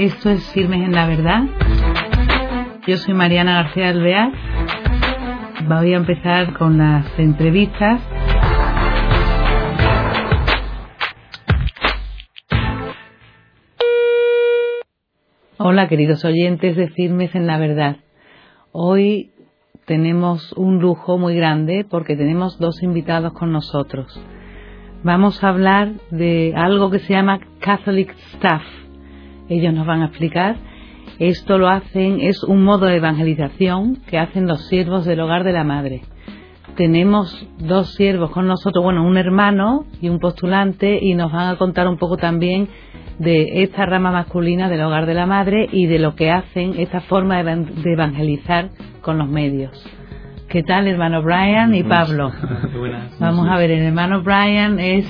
Esto es Firmes en la Verdad. Yo soy Mariana García Alvear. Voy a empezar con las entrevistas. Hola, queridos oyentes de Firmes en la Verdad. Hoy tenemos un lujo muy grande porque tenemos dos invitados con nosotros. Vamos a hablar de algo que se llama Catholic Staff. Ellos nos van a explicar. Esto lo hacen, es un modo de evangelización que hacen los siervos del Hogar de la Madre. Tenemos dos siervos con nosotros, bueno, un hermano y un postulante, y nos van a contar un poco también de esta rama masculina del Hogar de la Madre y de lo que hacen, esta forma de evangelizar con los medios. ¿Qué tal, hermano Brian y Pablo? Buenas. Vamos a ver, el hermano Brian es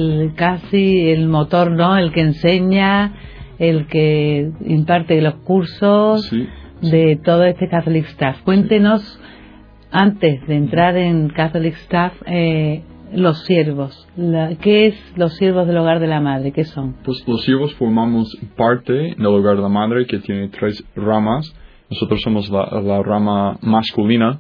casi el motor, ¿no? El que enseña, el que imparte los cursos de todo este Catholic Staff. Cuéntenos, antes de entrar en Catholic Staff, los siervos. ¿Qué es los siervos del Hogar de la Madre? ¿Qué son? Pues los siervos formamos parte del Hogar de la Madre, que tiene 3 ramas. Nosotros somos la rama masculina.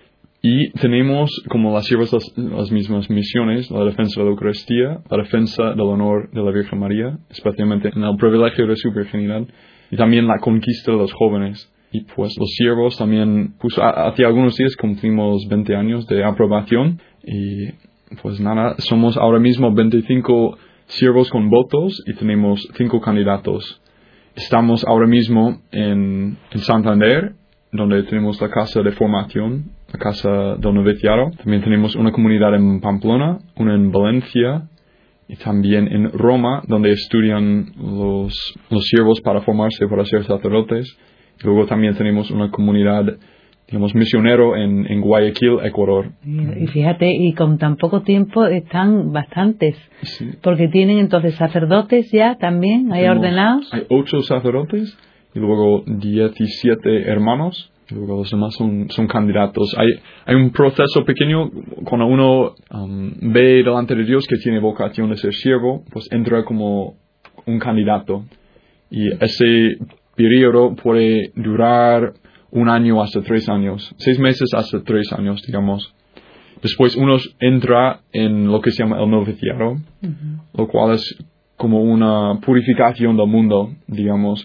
Y tenemos como las siervas las mismas misiones: la defensa de la Eucaristía, la defensa del honor de la Virgen María, especialmente en el privilegio de su virginidad, y también la conquista de los jóvenes. Y pues los siervos también, pues hace algunos días cumplimos 20 años de aprobación, y pues nada, somos ahora mismo 25 siervos con votos y tenemos 5 candidatos. Estamos ahora mismo en Santander, donde tenemos la casa de formación, la casa del noviciado. También tenemos una comunidad en Pamplona, una en Valencia y también en Roma, donde estudian los siervos para formarse para ser sacerdotes. Y luego también tenemos una comunidad, digamos, misionero en Guayaquil, Ecuador. Y fíjate, y con tan poco tiempo están bastantes. Sí. Porque tienen entonces sacerdotes ya también, ¿hay ordenados? Hay 8 sacerdotes y luego 17 hermanos. Y luego los demás son candidatos. Hay un proceso pequeño cuando uno ve delante de Dios que tiene vocación de ser siervo, pues entra como un candidato. Y ese periodo puede durar 1 año hasta 3 años, 6 meses hasta 3 años, digamos. Después uno entra en lo que se llama el noviciado, lo cual es como una purificación del mundo, digamos.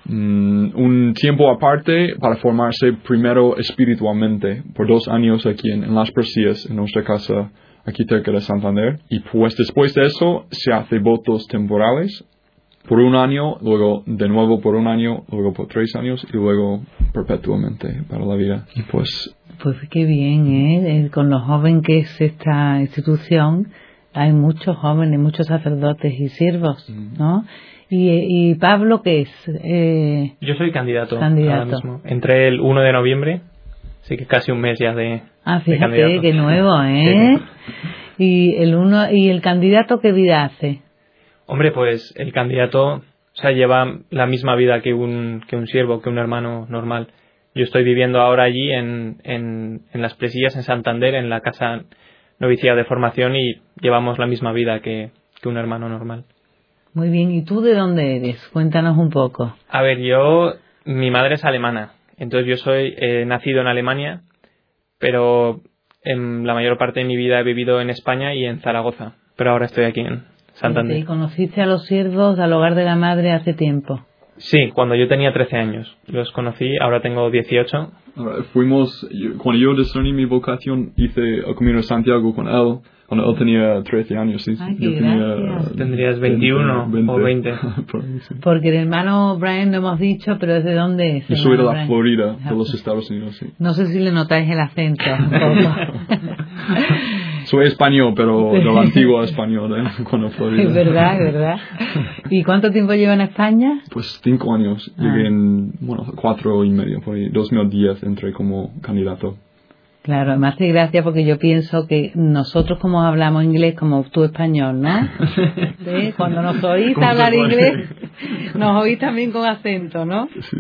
Un tiempo aparte para formarse primero espiritualmente por 2 años aquí en Las Presías, en nuestra casa aquí cerca de Santander. Y pues después de eso se hace votos temporales por 1 año, luego de nuevo por 1 año, luego por 3 años y luego perpetuamente para la vida. Y pues qué bien, con lo joven que es esta institución, hay muchos jóvenes, muchos sacerdotes y siervos, ¿no? ¿Y Pablo qué es? Yo soy candidato. Ahora mismo. Entré el 1 de noviembre, así que casi un mes ya de fíjate, candidato. Qué nuevo, ¿eh? Sí. ¿Y el candidato qué vida hace? Hombre, pues el candidato, lleva la misma vida que un siervo, que un hermano normal. Yo estoy viviendo ahora allí en Las Presillas, en Santander, en la casa noviciada de formación, y llevamos la misma vida que un hermano normal. Muy bien, ¿y tú de dónde eres? Cuéntanos un poco. A ver, mi madre es alemana, entonces yo soy nacido en Alemania, pero en la mayor parte de mi vida he vivido en España y en Zaragoza, pero ahora estoy aquí en Santander. ¿Y conociste a los siervos del Hogar de la Madre hace tiempo? Sí, cuando yo tenía 13 años. Los conocí, ahora tengo 18. Cuando yo discerní mi vocación, hice el Camino de Santiago con él. Cuando él tenía 13 años, sí. Ay, yo tendrías 21 o 20. Porque el hermano Brian lo hemos dicho, pero ¿es de dónde es? Yo soy de la Florida, de los Estados Unidos, sí. No sé si le notáis el acento un poco. Soy español, pero de la antigua español, cuando Florida. Es verdad. ¿Y cuánto tiempo lleva en España? Pues 5 años. Llegué en, 4 y medio, por ahí, 2010 entré como candidato. Claro, me hace gracia porque yo pienso que nosotros como hablamos inglés, como tú español, ¿no? ¿Sí? Cuando nos oís hablar inglés, nos oís también con acento, ¿no? Sí.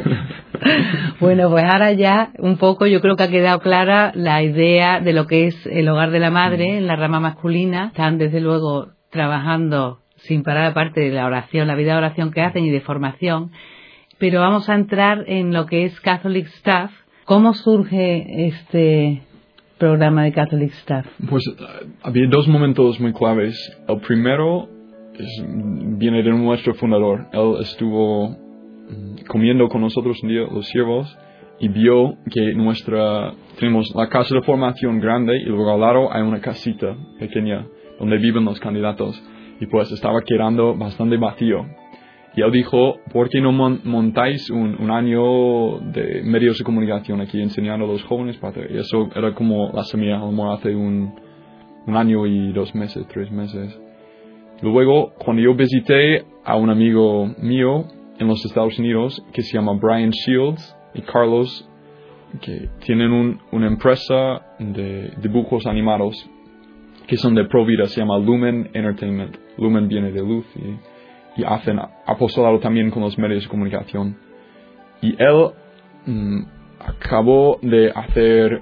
Bueno, pues ahora ya un poco yo creo que ha quedado clara la idea de lo que es el Hogar de la Madre en la rama masculina. Están desde luego trabajando sin parar, aparte de la oración, la vida de oración que hacen y de formación. Pero vamos a entrar en lo que es Catholic Staff. ¿Cómo surge este programa de Catholic Staff? Pues había dos momentos muy claves. El primero viene de nuestro fundador. Él estuvo comiendo con nosotros un día, los siervos, y vio que tenemos la casa de formación grande y luego al lado hay una casita pequeña donde viven los candidatos. Y pues estaba quedando bastante vacío. Y él dijo, ¿por qué no montáis un año de medios de comunicación aquí enseñando a los jóvenes? Y eso era como la semilla, a lo mejor hace un año y 2 meses, 3 meses. Luego, cuando yo visité a un amigo mío en los Estados Unidos, que se llama Brian Shields y Carlos, que tienen una empresa de dibujos animados, que son de Pro Vida, se llama Lumen Entertainment. Lumen viene de luz y hacen apostolado también con los medios de comunicación. Y él acabó de hacer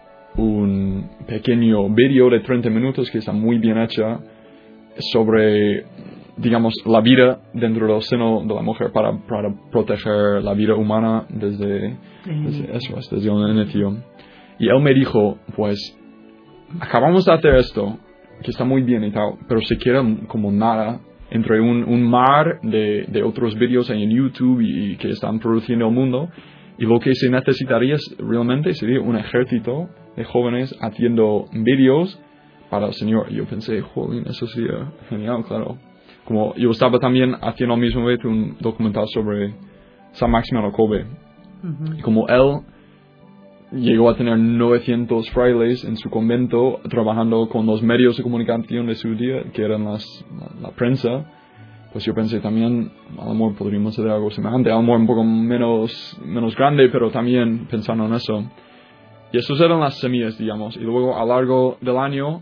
un pequeño vídeo de 30 minutos que está muy bien hecha sobre, digamos, la vida dentro del seno de la mujer para proteger la vida humana desde un inicio. Y él me dijo, pues, acabamos de hacer esto, que está muy bien y tal, pero se queda como nada entre un mar de otros vídeos en YouTube y que están produciendo el mundo, y lo que se necesitaría realmente sería un ejército de jóvenes haciendo vídeos para el Señor. Y yo pensé, jolín, eso sería genial, claro. Como yo estaba también haciendo al mismo vez un documental sobre San Maximiano Kolbe. Y como él llegó a tener 900 frailes en su convento trabajando con los medios de comunicación de su día, que eran la prensa, pues yo pensé también, a lo mejor podríamos hacer algo semejante, a lo mejor un poco menos grande, pero también pensando en eso. Y esas eran las semillas, digamos. Y luego a lo largo del año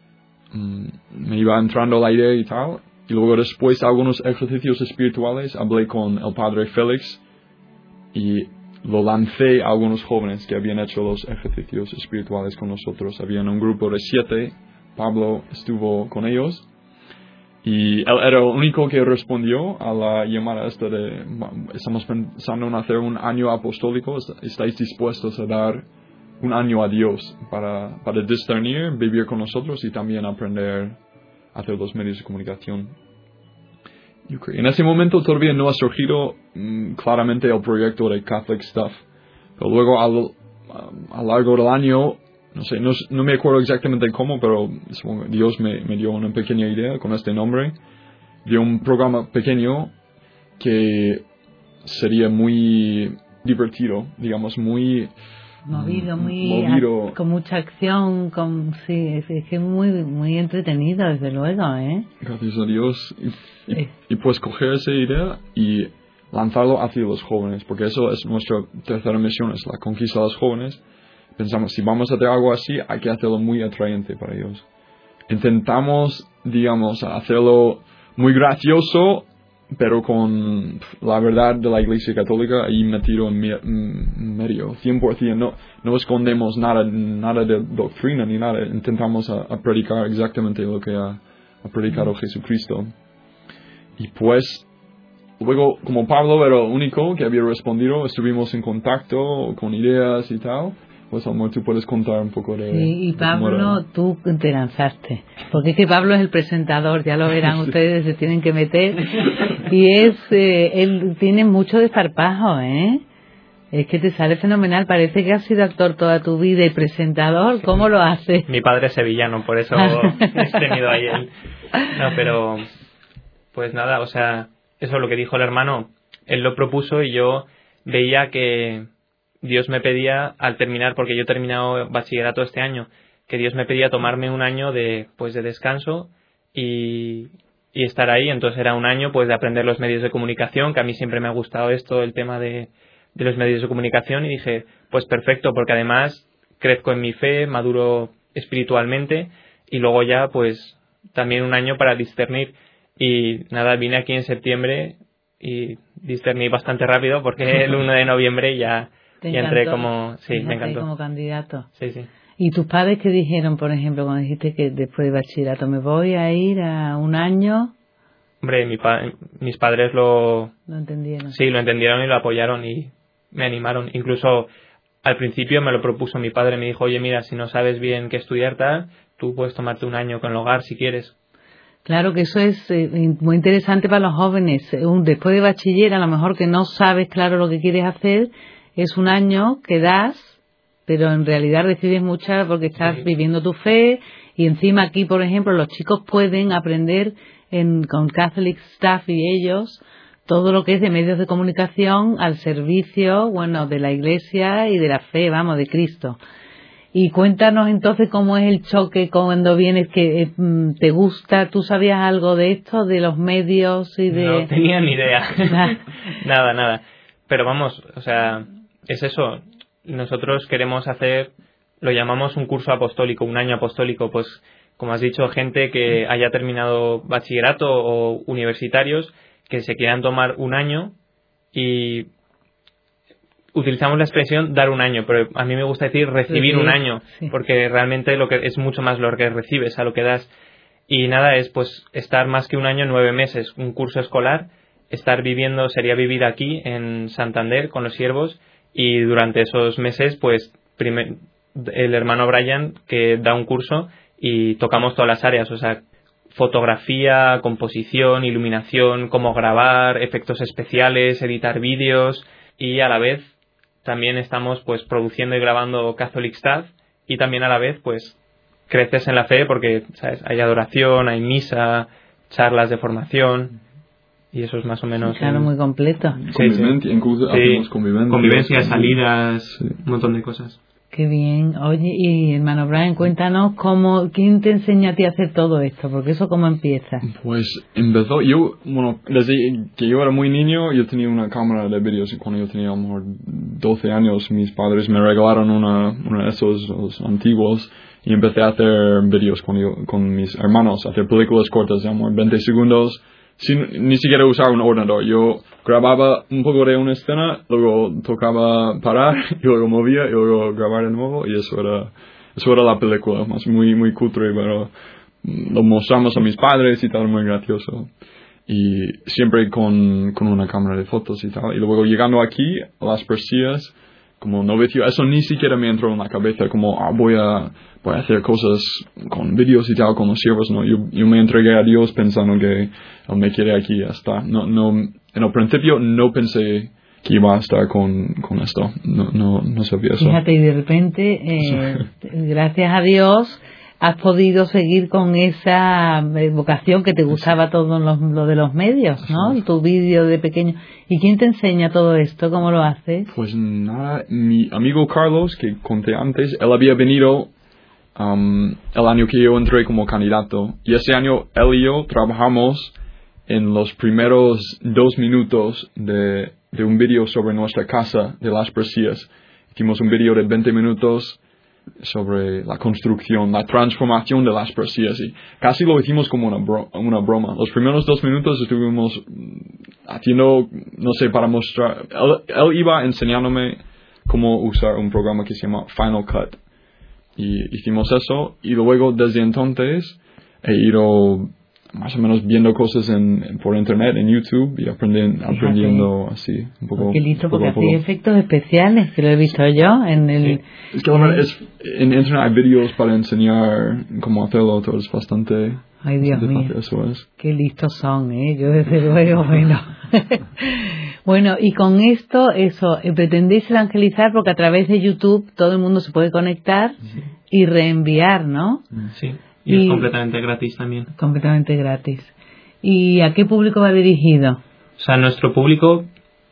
me iba entrando la idea y tal. Y luego después de algunos ejercicios espirituales hablé con el padre Félix y lo lancé a algunos jóvenes que habían hecho los ejercicios espirituales con nosotros. Habían un grupo de 7, Pablo estuvo con ellos y él era el único que respondió a la llamada esta de estamos pensando en hacer un año apostólico, ¿estáis dispuestos a dar un año a Dios para discernir, vivir con nosotros y también aprender a hacer los medios de comunicación? En ese momento todavía no ha surgido claramente el proyecto de Catholic Stuff, pero luego a lo largo del año, no me acuerdo exactamente cómo, pero Dios me dio una pequeña idea con este nombre, de un programa pequeño que sería muy divertido, digamos, muy movido, con mucha acción, es que muy entretenido, desde luego, ¿eh? Gracias a Dios. Y pues coger esa idea y lanzarlo hacia los jóvenes, porque eso es nuestra tercera misión, es la conquista de los jóvenes. Pensamos, si vamos a hacer algo así, hay que hacerlo muy atrayente para ellos. Intentamos, digamos, hacerlo muy gracioso, pero con la verdad de la Iglesia Católica ahí metido en medio, 100%. No escondemos nada de doctrina ni nada. Intentamos a predicar exactamente lo que ha predicado Jesucristo. Y pues, luego, como Pablo era el único que había respondido, estuvimos en contacto con ideas y tal. Pues, amor, tú puedes contar un poco de... Sí, y Pablo, tú te lanzaste. Porque es que Pablo es el presentador, ya lo verán ustedes, se tienen que meter. Y él tiene mucho desparpajo, ¿eh? Es que te sale fenomenal, parece que has sido actor toda tu vida y presentador, ¿cómo lo haces? Mi padre es sevillano, por eso he tenido ahí él. No, pero... Pues nada, o sea, eso es lo que dijo el hermano, él lo propuso y yo veía que Dios me pedía al terminar, porque yo he terminado bachillerato este año, que Dios me pedía tomarme un año de descanso y estar ahí. Entonces era un año pues de aprender los medios de comunicación, que a mí siempre me ha gustado esto, el tema de los medios de comunicación, y dije, pues perfecto, porque además crezco en mi fe, maduro espiritualmente, y luego ya pues también un año para discernir. Y nada, vine aquí en septiembre y discerní bastante rápido, porque el 1 de noviembre ya entré como... Sí, me encantó. Como candidato. Sí, sí. ¿Y tus padres qué dijeron, por ejemplo, cuando dijiste que después de bachillerato me voy a ir a un año Hombre, mis padres lo entendieron. Sí, lo entendieron y lo apoyaron y me animaron. Incluso al principio me lo propuso mi padre, me dijo, oye, mira, si no sabes bien qué estudiar tal, tú puedes tomarte un año con el hogar si quieres. Claro que eso es muy interesante para los jóvenes. Después de bachiller, a lo mejor que no sabes claro lo que quieres hacer, es un año que das, pero en realidad recibes mucha porque estás viviendo tu fe, y encima aquí, por ejemplo, los chicos pueden aprender con Catholic Staff y ellos todo lo que es de medios de comunicación al servicio, bueno, de la Iglesia y de la fe, vamos, de Cristo. Y cuéntanos entonces cómo es el choque cuando vienes, que te gusta. ¿Tú sabías algo de esto, de los medios y de...? No tenía ni idea. Nada. Pero vamos, o sea, es eso. Nosotros queremos hacer, lo llamamos un curso apostólico, un año apostólico, pues como has dicho, gente que haya terminado bachillerato o universitarios que se quieran tomar un año, y utilizamos la expresión dar un año, pero a mí me gusta decir recibir un año, porque realmente lo que es mucho más lo que recibes a lo que das. Y nada, es pues estar más que un año, 9 meses, un curso escolar, sería vivir aquí en Santander con los siervos, y durante esos meses pues el hermano Brian que da un curso y tocamos todas las áreas, o sea, fotografía, composición, iluminación, cómo grabar, efectos especiales, editar vídeos, y a la vez también estamos pues produciendo y grabando Catholic Stuff, y también a la vez pues creces en la fe porque, ¿sabes?, hay adoración, hay misa, charlas de formación, y eso es más o menos... Claro, muy completo. Convivencia, incluso hacemos convivencia, salidas, un montón de cosas. Qué bien. Oye, y hermano Brian, cuéntanos quién te enseña a ti a hacer todo esto, porque eso cómo empieza. Pues empezó, desde que yo era muy niño, yo tenía una cámara de vídeos, y cuando yo tenía a lo mejor 12 años, mis padres me regalaron una de esos, los antiguos, y empecé a hacer vídeos con mis hermanos, a hacer películas cortas de 20 segundos, sin ni siquiera usar un ordenador. Yo grababa un poco de una escena, luego tocaba parar, y luego movía, y luego grabar de nuevo, y eso era la película, más muy cutre, pero lo mostramos a mis padres y tal, muy gracioso. Y siempre con una cámara de fotos y tal. Y luego llegando aquí, a las Persillas, como novicio, eso ni siquiera me entró en la cabeza, como voy a hacer cosas con vídeos y tal, con los siervos, no. Yo me entregué a Dios pensando que Él me quiere aquí, ya está. No, en el principio no pensé que iba a estar con esto, no sabía eso. Fíjate, y de repente, gracias a Dios, has podido seguir con esa vocación que te gustaba todo lo de los medios, ¿no? Tu vídeo de pequeño. ¿Y quién te enseña todo esto? ¿Cómo lo haces? Pues nada, mi amigo Carlos, que conté antes, él había venido el año que yo entré como candidato, y ese año él y yo trabajamos en los primeros 2 minutos de un vídeo sobre nuestra casa de las Persillas. Hicimos un vídeo de 20 minutos sobre la construcción, la transformación de las Persillas, y casi lo hicimos como una broma. Los primeros 2 minutos estuvimos haciendo, no sé, para mostrar. Él iba enseñándome cómo usar un programa que se llama Final Cut, y hicimos eso, y luego desde entonces he ido más o menos viendo cosas por internet, en YouTube, y aprendiendo así un poco. Qué listo, porque hacía efectos especiales, que lo he visto yo en el... Es que ahora en internet hay vídeos para enseñar cómo hacerlo, todo es bastante... Ay, Dios mío, eso es. Qué listos son, yo desde luego, bueno. Bueno, y con esto, pretendéis evangelizar, porque a través de YouTube todo el mundo se puede conectar y reenviar, ¿no? Sí. Y es completamente gratis también. Completamente gratis. ¿Y a qué público va dirigido? O sea, nuestro público,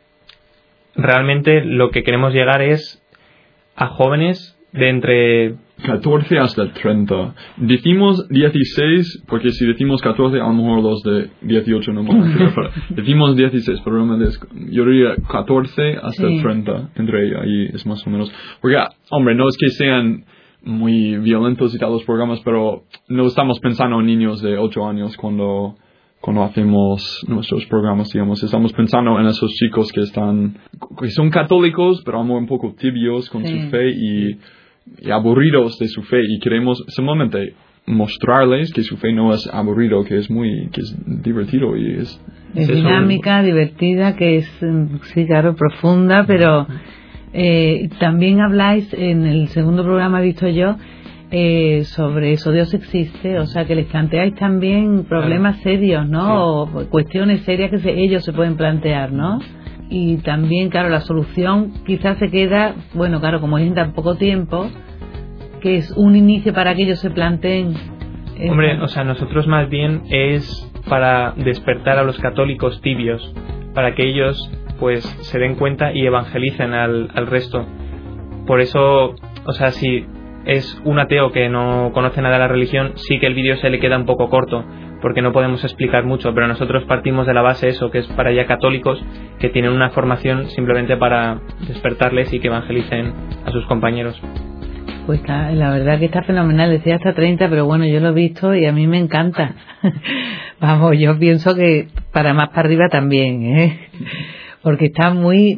realmente lo que queremos llegar es a jóvenes de entre 14 hasta 30. Decimos 16, porque si decimos 14, a lo mejor los de 18 no me van a decir, pero decimos 16, pero realmente yo diría 14 hasta 30, entre ahí es más o menos. Porque, hombre, no es que sean muy violentos y tal los programas, pero no estamos pensando en niños de 8 años cuando hacemos nuestros programas, digamos. Estamos pensando en esos chicos que son católicos, pero un poco tibios con su fe y aburridos de su fe, y queremos simplemente mostrarles que su fe no es aburrido, que es divertido y es dinámica, divertida, que es, sí, claro, profunda, pero también habláis en el segundo programa, he visto yo, sobre eso, Dios existe, o sea, que les planteáis también problemas serios, ¿no? Sí. O cuestiones serias que ellos se pueden plantear, ¿no? Y también, claro, la solución quizás se queda, bueno, claro, como es en tan poco tiempo, que es un inicio para que ellos se planteen. Hombre, o sea, nosotros más bien es para despertar a los católicos tibios, para que ellos pues se den cuenta y evangelicen al resto. Por eso, o sea, si es un ateo que no conoce nada de la religión, sí que el vídeo se le queda un poco corto, porque no podemos explicar mucho, pero nosotros partimos de la base eso, que es para ya católicos que tienen una formación simplemente para despertarles y que evangelicen a sus compañeros. Pues la verdad que está fenomenal, decía hasta 30, pero bueno, yo lo he visto y a mí me encanta. Vamos, yo pienso que para más para arriba también, porque está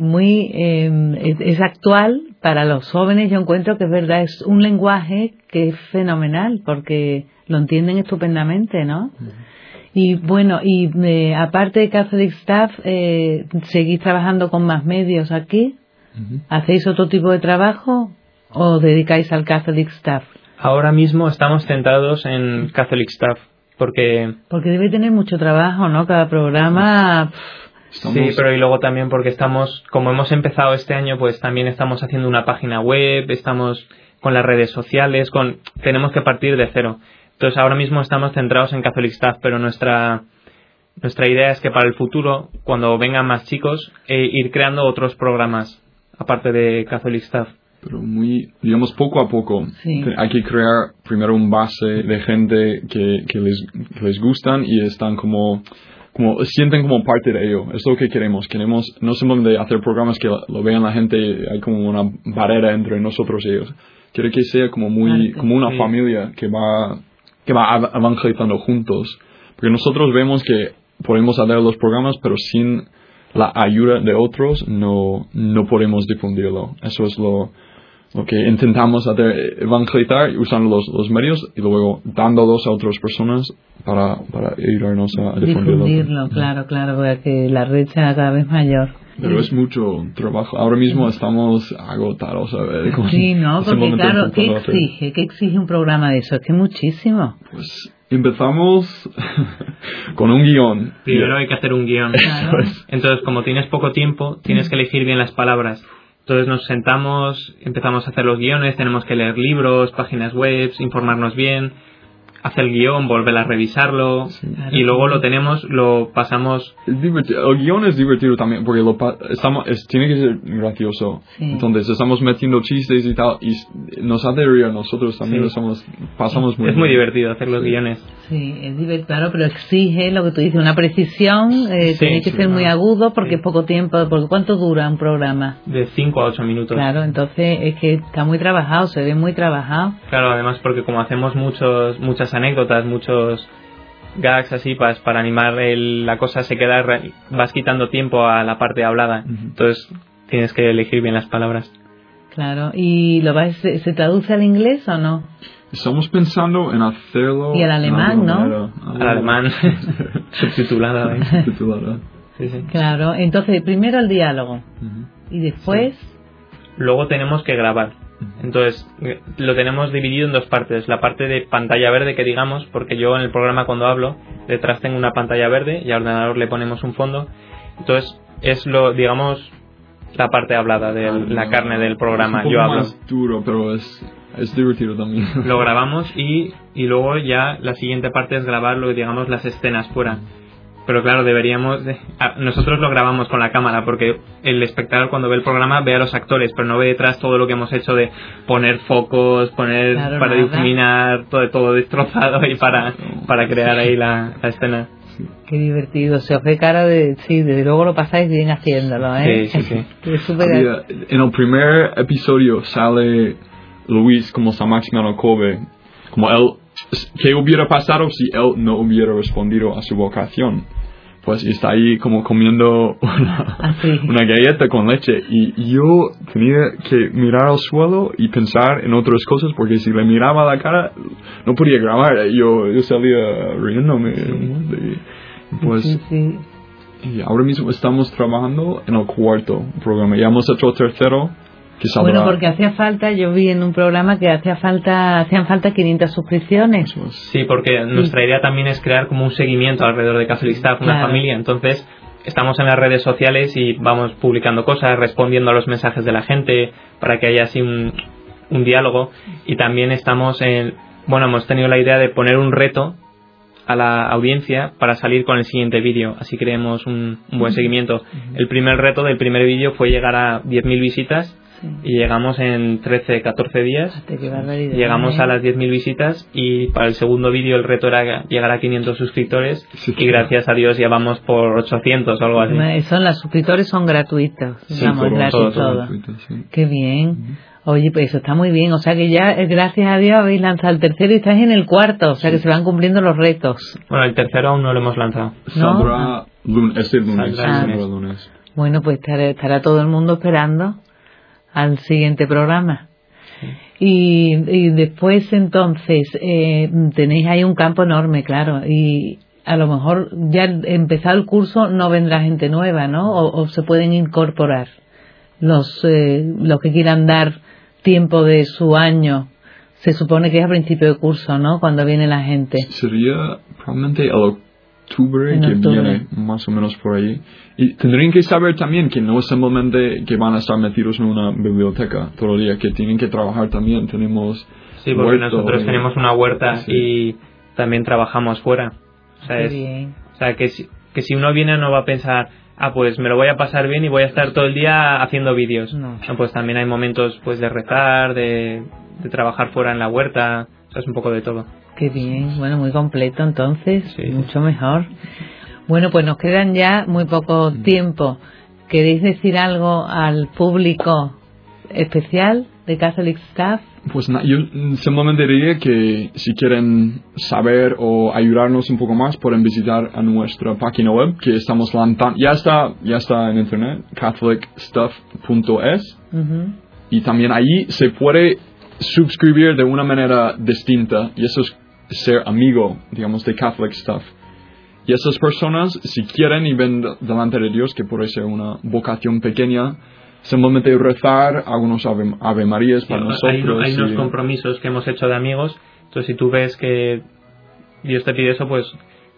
es actual para los jóvenes. Yo encuentro que es verdad, es un lenguaje que es fenomenal, porque lo entienden estupendamente, ¿no? Y bueno, aparte de Catholic Staff, ¿seguís trabajando con más medios aquí? ¿Hacéis otro tipo de trabajo o dedicáis al Catholic Staff? Ahora mismo estamos centrados en Catholic Staff, porque debe tener mucho trabajo, ¿no? Cada programa. Sí, pero y luego también porque como hemos empezado este año, pues también estamos haciendo una página web, estamos con las redes sociales, tenemos que partir de cero. Entonces ahora mismo estamos centrados en Catholic Staff, pero nuestra idea es que para el futuro, cuando vengan más chicos, ir creando otros programas aparte de Catholic Staff. Pero digamos, poco a poco. Sí. Hay que crear primero un base de gente que les gustan y están como sienten como parte de ello. Es lo que queremos no simplemente hacer programas que lo vean la gente, hay como una barrera entre nosotros y ellos. Quiero que sea como una familia que va evangelizando juntos, porque nosotros vemos que podemos hacer los programas, pero sin la ayuda de otros no podemos difundirlo. Eso es lo que intentamos hacer, evangelizar usando los medios y luego dándolos a otras personas para ayudarnos a difundirlo. Claro, porque la red sea cada vez mayor. Pero es mucho trabajo. Ahora mismo estamos agotados. Sí, ¿no? Porque claro, ¿qué exige un programa de eso? Es que muchísimo. Pues empezamos con un guión. Primero hay que hacer un guión. Claro. Entonces, como tienes poco tiempo, tienes que elegir bien las palabras. Entonces nos sentamos, empezamos a hacer los guiones, tenemos que leer libros, páginas web, informarnos bien, hacer el guión, volver a revisarlo, y luego lo pasamos. Es divertido. El guión es divertido también porque tiene que ser gracioso. Sí. Entonces estamos metiendo chistes y tal, y nos hace reír a nosotros también. Sí. Pasamos muy bien. Es muy divertido hacer los guiones. Sí, es divertido, claro, pero exige lo que tú dices, una precisión, tiene que ser muy agudo porque es poco tiempo. Porque ¿cuánto dura un programa? De 5 a 8 minutos. Claro, entonces es que está muy trabajado, se ve muy trabajado. Claro, además porque como hacemos muchas anécdotas, muchos gags así para animar la cosa, vas quitando tiempo a la parte hablada. Entonces tienes que elegir bien las palabras. Claro, ¿y se traduce al inglés o no? Estamos pensando en hacerlo. Y al alemán, ¿no? Al alemán. Subtitulada. Sí. Claro, entonces primero el diálogo. Y después. Luego tenemos que grabar. Entonces lo tenemos dividido en dos partes. La parte de pantalla verde, que digamos, porque yo en el programa cuando hablo detrás tengo una pantalla verde y al ordenador le ponemos un fondo. Entonces es la parte hablada de la carne del programa. Es un poco más duro, pero es divertido también. Lo grabamos y luego ya la siguiente parte es grabar las escenas fuera. Pero claro, nosotros lo grabamos con la cámara porque el espectador cuando ve el programa ve a los actores, pero no ve detrás todo lo que hemos hecho de poner focos, para difuminar todo destrozado y para crear ahí la escena. Qué divertido, se os ve cara desde luego lo pasáis bien haciéndolo, ¿eh? Sí. En el primer episodio sale Luis como San Maximiano Kolbe, como él, ¿qué hubiera pasado si él no hubiera respondido a su vocación? pues está ahí como comiendo una galleta con leche, y yo tenía que mirar al suelo y pensar en otras cosas, porque si le miraba a la cara no podía grabar, yo salía riéndome. Pues y ahora mismo estamos trabajando en el cuarto programa, ya hemos hecho el tercero que saldrá. Bueno, porque hacía falta, yo vi en un programa que hacían falta 500 suscripciones. Sí, porque nuestra idea también es crear como un seguimiento alrededor de Catholic Stuff, una familia. Entonces, estamos en las redes sociales y vamos publicando cosas, respondiendo a los mensajes de la gente, para que haya así un diálogo. Y también hemos tenido la idea de poner un reto a la audiencia para salir con el siguiente vídeo, así creemos un buen seguimiento. El primer reto del primer vídeo fue llegar a 10.000 visitas. Y llegamos en 13-14 días. Llegamos a las 10.000 visitas, y para el segundo vídeo el reto era llegar a 500 suscriptores, y gracias a Dios ya vamos por 800 o algo así. Los suscriptores son gratuitos, vamos, gratis todo. Qué bien. Oye, pues eso está muy bien, o sea que ya gracias a Dios habéis lanzado el tercero y estáis en el cuarto, o sea que se van cumpliendo los retos. Bueno, el tercero aún no lo hemos lanzado. Saldrá este lunes. Bueno, pues estará todo el mundo esperando al siguiente programa. Y después entonces tenéis ahí un campo enorme, claro, y a lo mejor ya empezado el curso no vendrá gente nueva, ¿no? O se pueden incorporar los que quieran dar tiempo de su año. Se supone que es a principio de curso, ¿no? Cuando viene la gente. Sería probablemente octubre que viene, más o menos por ahí. Y tendrían que saber también que no es simplemente que van a estar metidos en una biblioteca todo el día, que tienen que trabajar también. Tenemos porque nosotros tenemos una huerta y también trabajamos fuera. O sea, que si uno viene no va a pensar, pues me lo voy a pasar bien y voy a estar todo el día haciendo vídeos. No, pues también hay momentos pues de rezar, de trabajar fuera en la huerta, o sea, es un poco de todo. Qué bien, bueno, muy completo entonces, mucho mejor. Bueno, pues nos quedan ya muy poco tiempo. ¿Queréis decir algo al público especial de Catholic Stuff? Pues yo simplemente diría que si quieren saber o ayudarnos un poco más, pueden visitar a nuestra página web que estamos lanzando. Ya está en internet, catholicstuff.es. Y también allí se puede suscribir de una manera distinta, y eso es ser amigo, digamos, de Catholic Stuff. Y esas personas, si quieren y ven delante de Dios que puede ser una vocación pequeña, simplemente rezar algunos Ave Marías para nosotros. Hay unos compromisos que hemos hecho de amigos. Entonces, si tú ves que Dios te pide eso, pues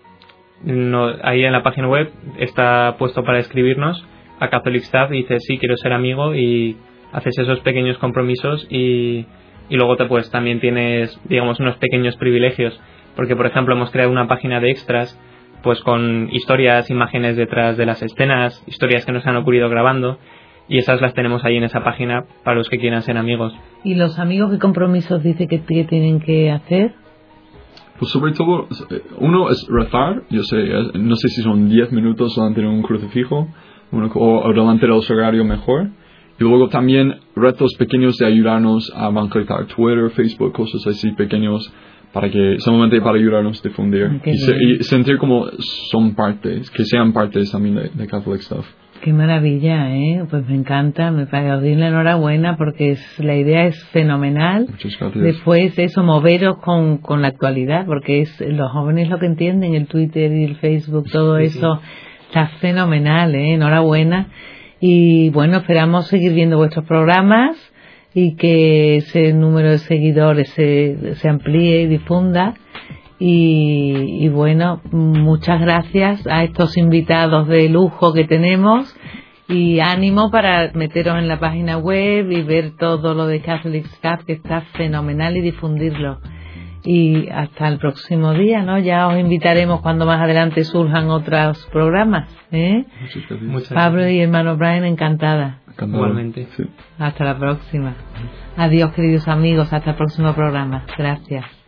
ahí en la página web está puesto para escribirnos a Catholic Stuff y dices, sí, quiero ser amigo, y haces esos pequeños compromisos y luego también tienes, digamos, unos pequeños privilegios, porque por ejemplo hemos creado una página de extras pues con historias, imágenes detrás de las escenas, historias que nos han ocurrido grabando, y esas las tenemos ahí en esa página para los que quieran ser amigos. ¿Y los amigos qué compromisos dice que tienen que hacer? Pues sobre todo, uno es rezar, no sé si son 10 minutos delante de un crucifijo o delante del sagrario mejor. Y luego también retos pequeños de ayudarnos a evangelizar Twitter, Facebook, cosas así pequeños, solamente para ayudarnos a difundir. Y sentir como son partes, que sean partes también de Catholic Stuff. Qué maravilla, pues me encanta, me parece la enhorabuena, porque la idea es fenomenal. Muchas gracias. Después eso, moveros con la actualidad, porque los jóvenes lo que entienden, el Twitter y el Facebook, todo eso está fenomenal, enhorabuena. Y bueno, esperamos seguir viendo vuestros programas y que ese número de seguidores se amplíe y difunda. Y bueno, muchas gracias a estos invitados de lujo que tenemos, y ánimo para meteros en la página web y ver todo lo de Catholic Stuff, que está fenomenal, y difundirlo. Y hasta el próximo día, ¿no? Ya os invitaremos cuando más adelante surjan otros programas, Muchas gracias. Pablo y hermano Brian, encantada. Igualmente. Sí. Hasta la próxima. Adiós, queridos amigos, hasta el próximo programa. Gracias.